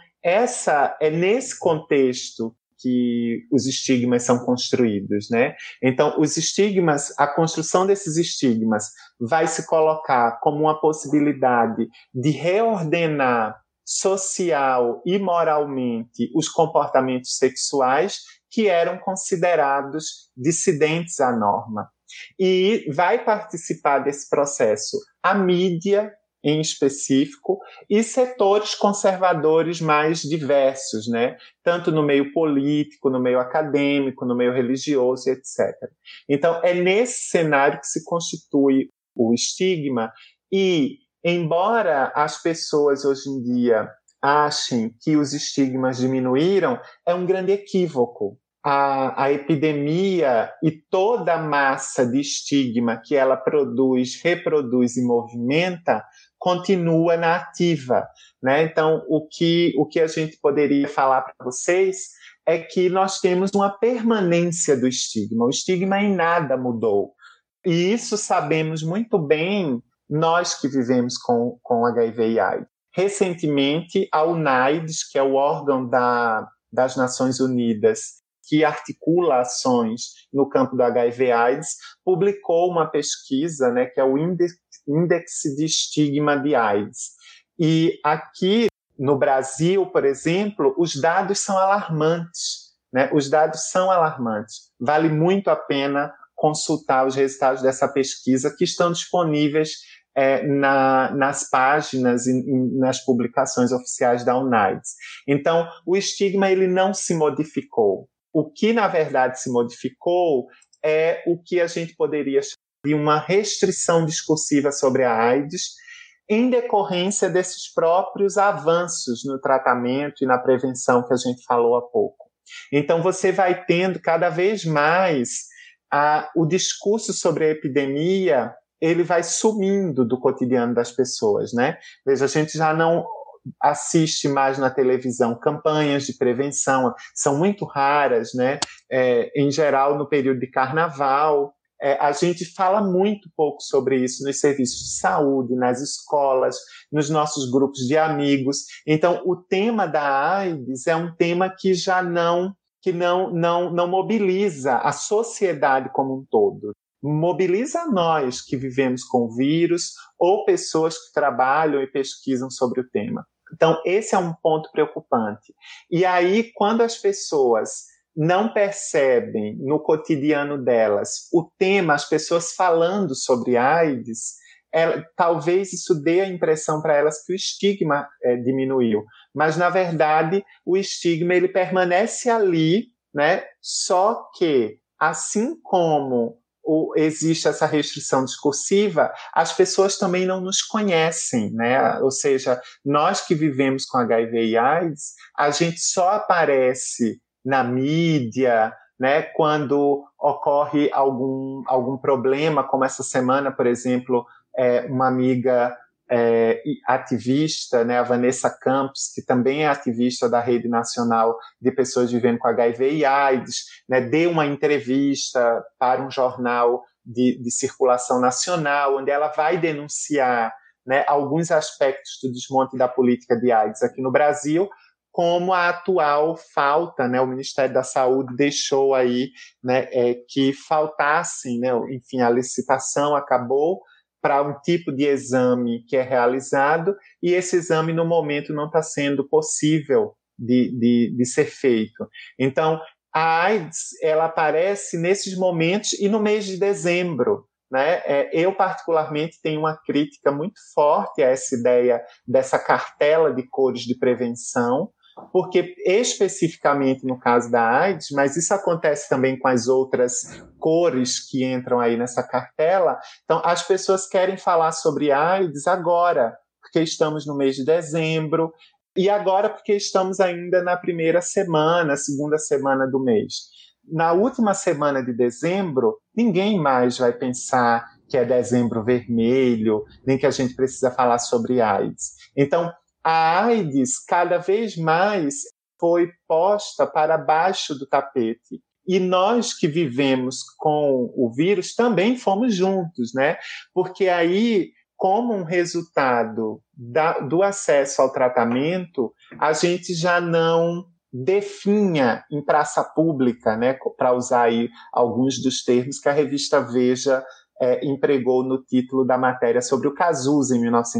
é nesse contexto que os estigmas são construídos, né? Então, os estigmas, a construção desses estigmas vai se colocar como uma possibilidade de reordenar social e moralmente os comportamentos sexuais que eram considerados dissidentes à norma. E vai participar desse processo a mídia, em específico, e setores conservadores mais diversos, né? Tanto no meio político, no meio acadêmico, no meio religioso, etc. Então, é nesse cenário que se constitui o estigma e, embora as pessoas hoje em dia achem que os estigmas diminuíram, é um grande equívoco. A epidemia e toda a massa de estigma que ela produz, reproduz e movimenta continua na ativa, né? Então, o que a gente poderia falar para vocês é que nós temos uma permanência do estigma. O estigma em nada mudou. E isso sabemos muito bem nós que vivemos com HIV e AIDS. Recentemente, a UNAIDS, que é o órgão das Nações Unidas, que articula ações no campo do HIV/AIDS, publicou uma pesquisa, né, que é o Índice de Estigma de AIDS. E aqui no Brasil, por exemplo, os dados são alarmantes, né? Os dados são alarmantes. Vale muito a pena consultar os resultados dessa pesquisa que estão disponíveis nas páginas e nas publicações oficiais da UNAIDS. Então, o estigma ele não se modificou. O que, na verdade, se modificou é o que a gente poderia chamar de uma restrição discursiva sobre a AIDS em decorrência desses próprios avanços no tratamento e na prevenção que a gente falou há pouco. Então, você vai tendo cada vez mais o discurso sobre a epidemia, ele vai sumindo do cotidiano das pessoas, né? Veja, a gente já não assiste mais na televisão campanhas de prevenção, são muito raras, né? Em geral, no período de carnaval, a gente fala muito pouco sobre isso nos serviços de saúde, nas escolas, nos nossos grupos de amigos. Então, o tema da AIDS é um tema que já não mobiliza a sociedade como um todo. Mobiliza nós que vivemos com o vírus ou pessoas que trabalham e pesquisam sobre o tema. Então, esse é um ponto preocupante. E aí, quando as pessoas não percebem no cotidiano delas o tema, as pessoas falando sobre AIDS, talvez isso dê a impressão para elas que o estigma diminuiu. Mas, na verdade, o estigma ele permanece ali, né? Só que, assim como existe essa restrição discursiva, as pessoas também não nos conhecem, né? Ou seja, nós que vivemos com HIV e AIDS, a gente só aparece na mídia, né, quando ocorre algum problema, como essa semana, por exemplo, uma amiga ativista, né, a Vanessa Campos, que também é ativista da Rede Nacional de Pessoas Vivendo com HIV e AIDS, né, deu uma entrevista para um jornal de circulação nacional, onde ela vai denunciar, né, alguns aspectos do desmonte da política de AIDS aqui no Brasil, como a atual falta, né, o Ministério da Saúde deixou aí, né, que faltassem, né, enfim, a licitação acabou para um tipo de exame que é realizado, e esse exame, no momento, não está sendo possível de ser feito. Então, a AIDS, ela aparece nesses momentos e no mês de dezembro, né? Eu, particularmente, tenho uma crítica muito forte a essa ideia dessa cartela de cores de prevenção, porque especificamente no caso da AIDS, mas isso acontece também com as outras cores que entram aí nessa cartela. Então, as pessoas querem falar sobre AIDS agora, porque estamos no mês de dezembro, e agora porque estamos ainda na primeira semana, segunda semana do mês. Na última semana de dezembro, ninguém mais vai pensar que é dezembro vermelho, nem que a gente precisa falar sobre AIDS. Então, a AIDS cada vez mais foi posta para baixo do tapete. E nós que vivemos com o vírus também fomos juntos, né? Porque aí, como um resultado do acesso ao tratamento, a gente já não definha em praça pública, né? Para usar aí alguns dos termos que a revista Veja empregou no título da matéria sobre o Cazuza, em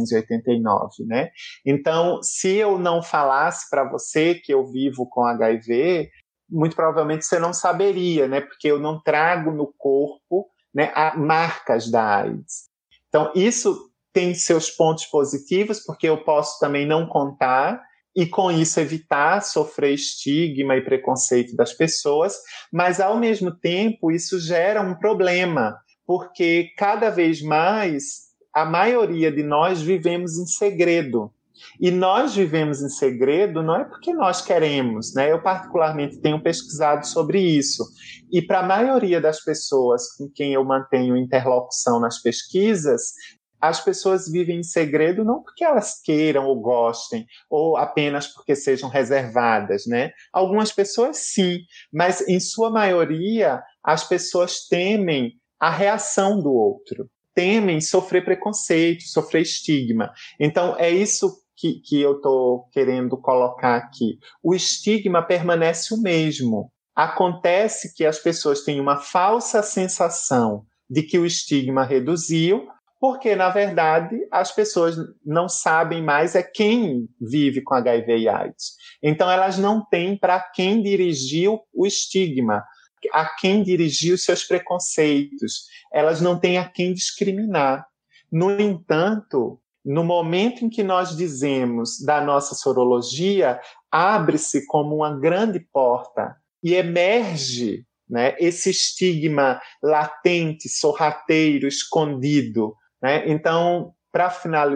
1989, né? Então, se eu não falasse para você que eu vivo com HIV, muito provavelmente você não saberia, né? Porque eu não trago no corpo, né, marcas da AIDS. Então, isso tem seus pontos positivos, porque eu posso também não contar e, com isso, evitar sofrer estigma e preconceito das pessoas, mas, ao mesmo tempo, isso gera um problema, porque cada vez mais a maioria de nós vivemos em segredo. E nós vivemos em segredo não é porque nós queremos, né? Eu particularmente tenho pesquisado sobre isso. E para a maioria das pessoas com quem eu mantenho interlocução nas pesquisas, as pessoas vivem em segredo não porque elas queiram ou gostem, ou apenas porque sejam reservadas, né? Algumas pessoas sim, mas em sua maioria as pessoas temem a reação do outro, temem sofrer preconceito, sofrer estigma. Então, é isso que eu estou querendo colocar aqui. O estigma permanece o mesmo. Acontece que as pessoas têm uma falsa sensação de que o estigma reduziu, porque, na verdade, as pessoas não sabem mais quem vive com HIV e AIDS. Então, elas não têm para quem dirigiu o estigma, a quem dirigir os seus preconceitos. Elas não têm a quem discriminar. No entanto, no momento em que nós dizemos da nossa sorologia, abre-se como uma grande porta e emerge, né, esse estigma latente, sorrateiro, escondido, né? Então, para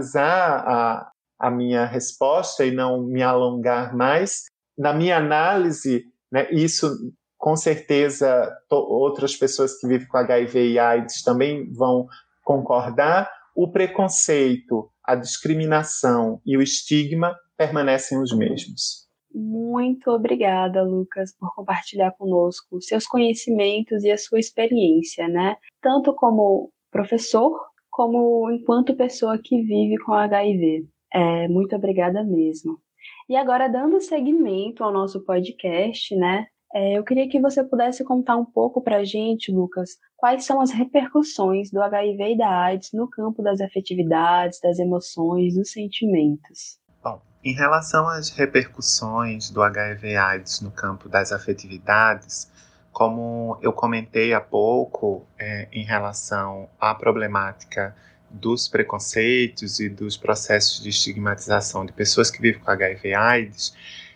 finalizar a minha resposta e não me alongar mais, na minha análise, né, isso com certeza outras pessoas que vivem com HIV e AIDS também vão concordar, o preconceito, a discriminação e o estigma permanecem os mesmos. Muito obrigada, Lucas, por compartilhar conosco seus conhecimentos e a sua experiência, né? Tanto como professor, como enquanto pessoa que vive com HIV. Muito obrigada mesmo. E agora, dando seguimento ao nosso podcast, né? Eu queria que você pudesse contar um pouco para a gente, Lucas, quais são as repercussões do HIV e da AIDS no campo das afetividades, das emoções, dos sentimentos. Bom, Em relação às repercussões do HIV/AIDS no campo das afetividades, como eu comentei há pouco, em relação à problemática dos preconceitos e dos processos de estigmatização de pessoas que vivem com HIV/AIDS,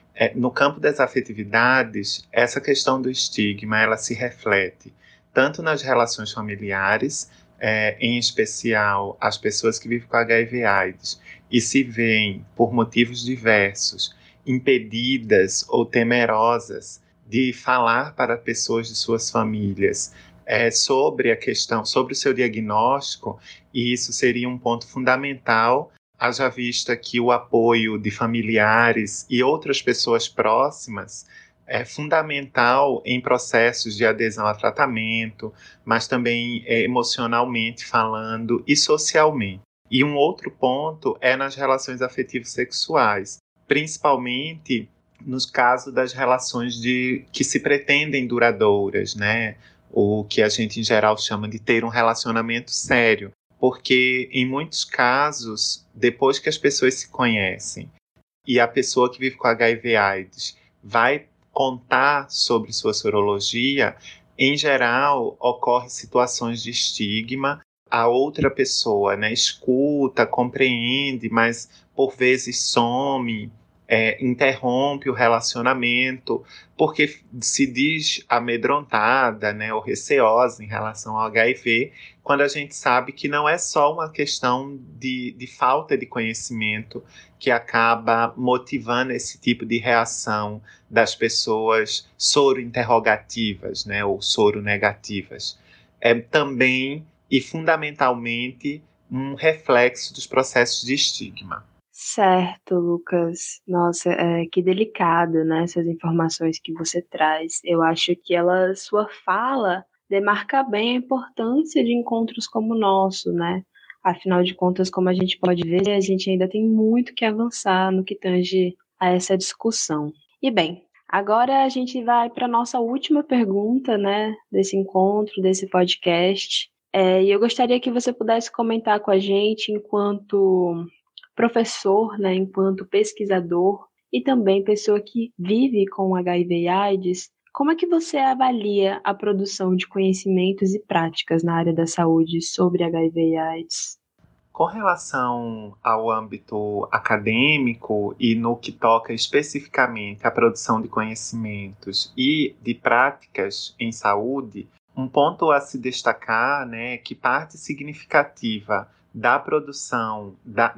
no campo das afetividades, essa questão do estigma, ela se reflete tanto nas relações familiares, em especial as pessoas que vivem com HIV/AIDS e se veem, por motivos diversos, impedidas ou temerosas de falar para pessoas de suas famílias sobre a questão, sobre o seu diagnóstico, e isso seria um ponto fundamental, haja vista que o apoio de familiares e outras pessoas próximas é fundamental em processos de adesão a tratamento, mas também emocionalmente falando e socialmente. E um outro ponto é nas relações afetivo-sexuais, principalmente nos casos das relações que se pretendem duradouras, né? O que a gente em geral chama de ter um relacionamento sério, porque em muitos casos, depois que as pessoas se conhecem e a pessoa que vive com HIV/AIDS vai contar sobre sua sorologia, em geral ocorrem situações de estigma. A outra pessoa, né, escuta, compreende, mas por vezes some, interrompe o relacionamento, porque se diz amedrontada, né, ou receosa em relação ao HIV, quando a gente sabe que não é só uma questão de falta de conhecimento que acaba motivando esse tipo de reação das pessoas soro-interrogativas, né, ou soro-negativas. É também e fundamentalmente um reflexo dos processos de estigma. Certo, Lucas. Nossa, que delicado, né, essas informações que você traz. Eu acho que sua fala demarca bem a importância de encontros como o nosso, né? Afinal de contas, como a gente pode ver, a gente ainda tem muito que avançar no que tange a essa discussão. E bem, agora a gente vai para a nossa última pergunta, né, desse encontro, desse podcast. E eu gostaria que você pudesse comentar com a gente, enquanto professor, né, enquanto pesquisador e também pessoa que vive com HIV e AIDS, como é que você avalia a produção de conhecimentos e práticas na área da saúde sobre HIV e AIDS? Com relação ao âmbito acadêmico e no que toca especificamente à produção de conhecimentos e de práticas em saúde, um ponto a se destacar, né, é que parte significativa da produção,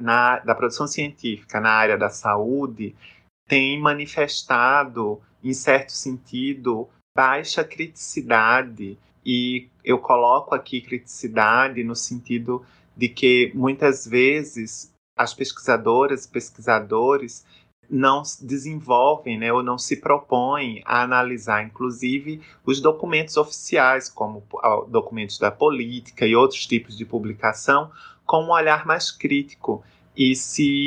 da produção científica na área da saúde tem manifestado, em certo sentido, baixa criticidade, e eu coloco aqui criticidade no sentido de que muitas vezes as pesquisadoras e pesquisadores não desenvolvem, né, ou não se propõem a analisar, inclusive, os documentos oficiais, como documentos da política e outros tipos de publicação, com um olhar mais crítico, e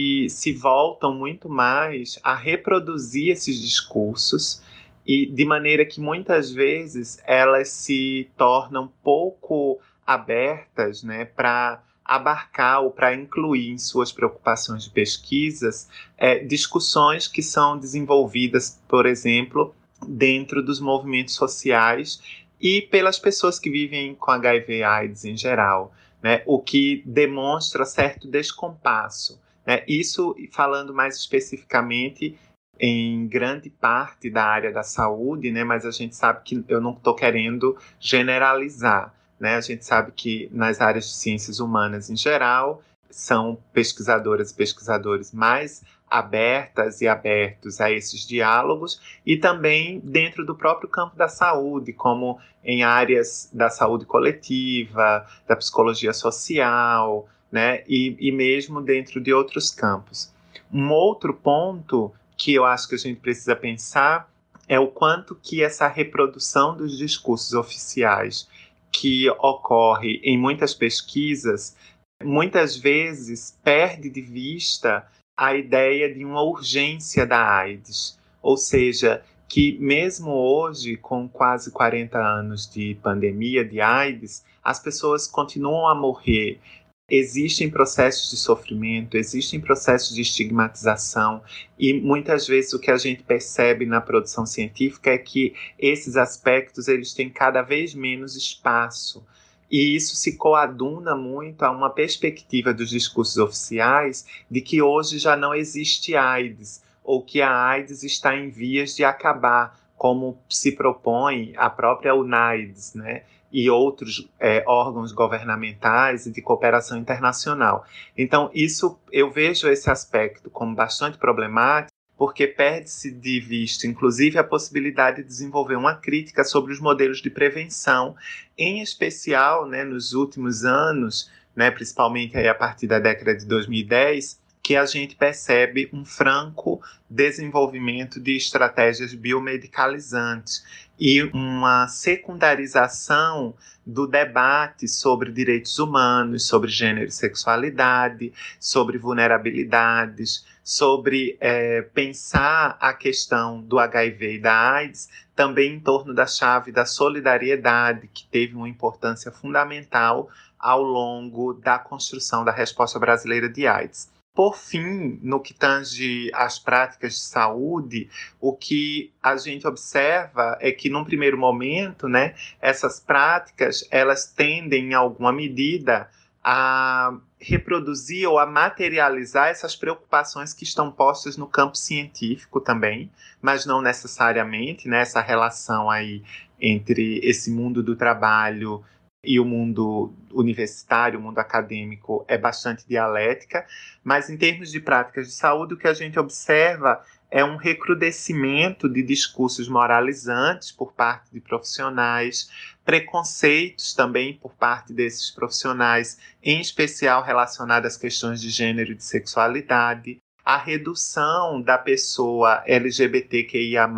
se voltam muito mais a reproduzir esses discursos, e de maneira que muitas vezes elas se tornam pouco abertas, né, para abarcar ou para incluir em suas preocupações de pesquisas discussões que são desenvolvidas, por exemplo, dentro dos movimentos sociais e pelas pessoas que vivem com HIV/AIDS em geral, né, o que demonstra certo descompasso, né? Isso falando mais especificamente em grande parte da área da saúde, né, mas a gente sabe que eu não estou querendo generalizar, né? A gente sabe que nas áreas de ciências humanas em geral são pesquisadoras e pesquisadores mais abertas e abertos a esses diálogos, e também dentro do próprio campo da saúde, como em áreas da saúde coletiva, da psicologia social, né, e mesmo dentro de outros campos. Um outro ponto que eu acho que a gente precisa pensar é o quanto que essa reprodução dos discursos oficiais que ocorre em muitas pesquisas, muitas vezes perde de vista a ideia de uma urgência da AIDS, ou seja, que mesmo hoje, com quase 40 anos de pandemia de AIDS, as pessoas continuam a morrer Existem processos de sofrimento, existem processos de estigmatização e muitas vezes o que a gente percebe na produção científica é que esses aspectos eles têm cada vez menos espaço. E isso se coaduna muito a uma perspectiva dos discursos oficiais de que hoje já não existe AIDS, ou que a AIDS está em vias de acabar, como se propõe a própria UNAIDS, né? E outros órgãos governamentais e de cooperação internacional. Então, eu vejo esse aspecto como bastante problemático, porque perde-se de vista, inclusive, a possibilidade de desenvolver uma crítica sobre os modelos de prevenção, em especial, né, nos últimos anos, né, principalmente aí a partir da década de 2010, que a gente percebe um franco desenvolvimento de estratégias biomedicalizantes e uma secundarização do debate sobre direitos humanos, sobre gênero e sexualidade, sobre vulnerabilidades, sobre pensar a questão do HIV e da AIDS também em torno da chave da solidariedade, que teve uma importância fundamental ao longo da construção da resposta brasileira de AIDS. Por fim, no que tange às práticas de saúde, o que a gente observa é que, num primeiro momento, né, essas práticas elas tendem, em alguma medida, a reproduzir ou a materializar essas preocupações que estão postas no campo científico também, mas não necessariamente, né, essa relação aí entre esse mundo do trabalho e o mundo universitário, o mundo acadêmico, é bastante dialética, mas em termos de práticas de saúde, o que a gente observa é um recrudescimento de discursos moralizantes por parte de profissionais, preconceitos também por parte desses profissionais, em especial relacionados às questões de gênero e de sexualidade, a redução da pessoa LGBTQIA+,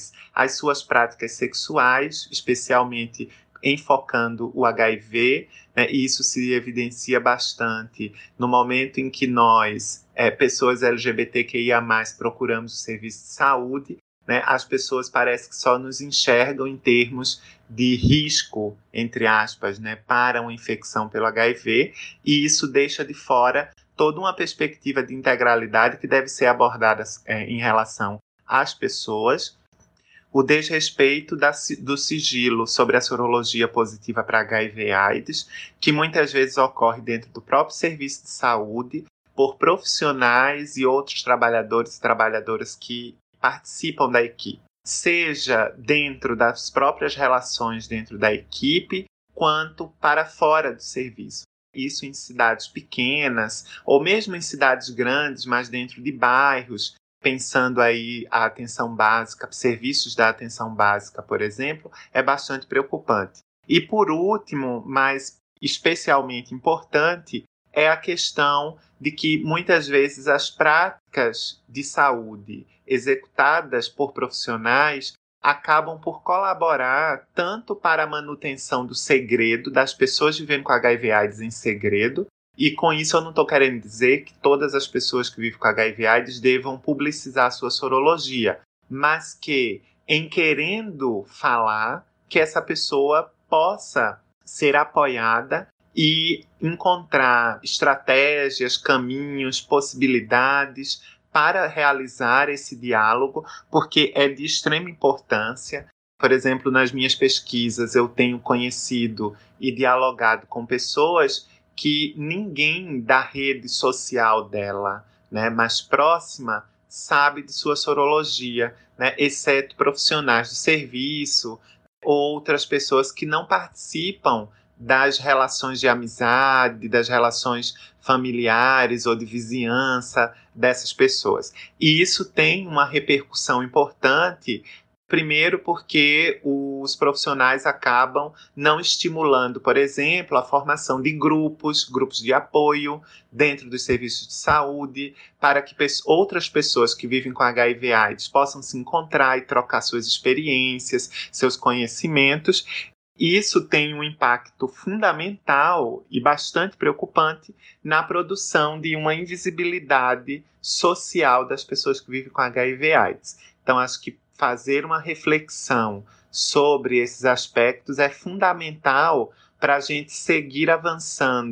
às suas práticas sexuais, especialmente enfocando o HIV, né, e isso se evidencia bastante no momento em que nós, pessoas LGBTQIA+, procuramos o serviço de saúde, né, as pessoas parecem que só nos enxergam em termos de risco, entre aspas, né, para uma infecção pelo HIV, e isso deixa de fora toda uma perspectiva de integralidade que deve ser abordada em relação às pessoas, o desrespeito do sigilo sobre a sorologia positiva para HIV/AIDS, que muitas vezes ocorre dentro do próprio serviço de saúde, por profissionais e outros trabalhadores e trabalhadoras que participam da equipe, seja dentro das próprias relações dentro da equipe, quanto para fora do serviço. Isso em cidades pequenas, ou mesmo em cidades grandes, mas dentro de bairros, pensando aí a atenção básica, serviços da atenção básica, por exemplo, é bastante preocupante. E por último, mas especialmente importante, é a questão de que muitas vezes as práticas de saúde executadas por profissionais acabam por colaborar tanto para a manutenção do segredo, das pessoas vivendo com HIV/AIDS em segredo, e com isso eu não estou querendo dizer que todas as pessoas que vivem com HIV/AIDS devam publicizar a sua sorologia, mas que, em querendo falar, que essa pessoa possa ser apoiada e encontrar estratégias, caminhos, possibilidades para realizar esse diálogo, porque é de extrema importância. Por exemplo, nas minhas pesquisas eu tenho conhecido e dialogado com pessoas que ninguém da rede social dela, né, mais próxima, sabe de sua sorologia, né, exceto profissionais do serviço, outras pessoas que não participam das relações de amizade, das relações familiares ou de vizinhança dessas pessoas. E isso tem uma repercussão importante. Primeiro porque os profissionais acabam não estimulando, por exemplo, a formação de grupos de apoio dentro dos serviços de saúde, para que outras pessoas que vivem com HIV/AIDS possam se encontrar e trocar suas experiências, seus conhecimentos. Isso tem um impacto fundamental e bastante preocupante na produção de uma invisibilidade social das pessoas que vivem com HIV/AIDS. Então, acho que fazer uma reflexão sobre esses aspectos é fundamental para a gente seguir avançando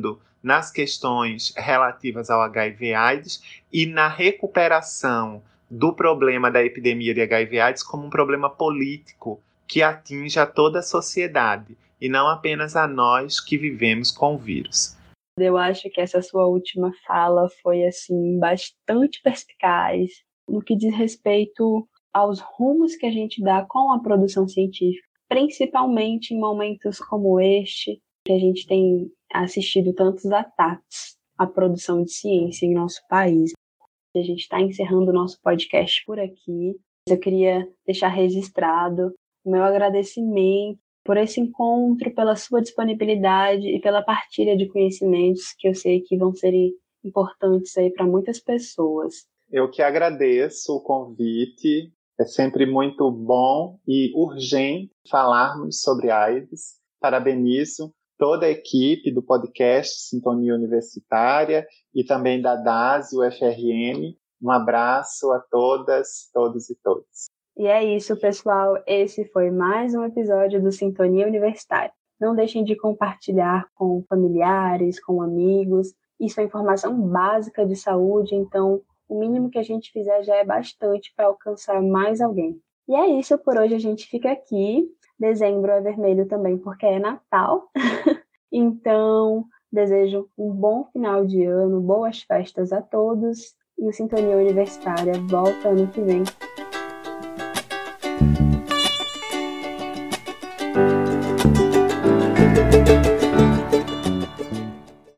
nas questões relativas ao HIV/AIDS e na recuperação do problema da epidemia de HIV/AIDS como um problema político que atinge a toda a sociedade e não apenas a nós que vivemos com o vírus. Eu acho que essa sua última fala foi assim bastante perspicaz no que diz respeito aos rumos que a gente dá com a produção científica, principalmente em momentos como este, que a gente tem assistido tantos ataques à produção de ciência em nosso país. A gente está encerrando o nosso podcast por aqui. Eu queria deixar registrado o meu agradecimento por esse encontro, pela sua disponibilidade e pela partilha de conhecimentos que eu sei que vão ser importantes aí para muitas pessoas. Eu que agradeço o convite. É sempre muito bom e urgente falarmos sobre AIDS. Parabenizo toda a equipe do podcast Sintonia Universitária e também da DAS e UFRN. Um abraço a todas, todos e todas. E é isso, pessoal. Esse foi mais um episódio do Sintonia Universitária. Não deixem de compartilhar com familiares, com amigos. Isso é informação básica de saúde, então o mínimo que a gente fizer já é bastante para alcançar mais alguém. E é isso, por hoje a gente fica aqui. Dezembro é vermelho também porque é Natal. Então, desejo um bom final de ano, boas festas a todos. E o Sintonia Universitária volta ano que vem.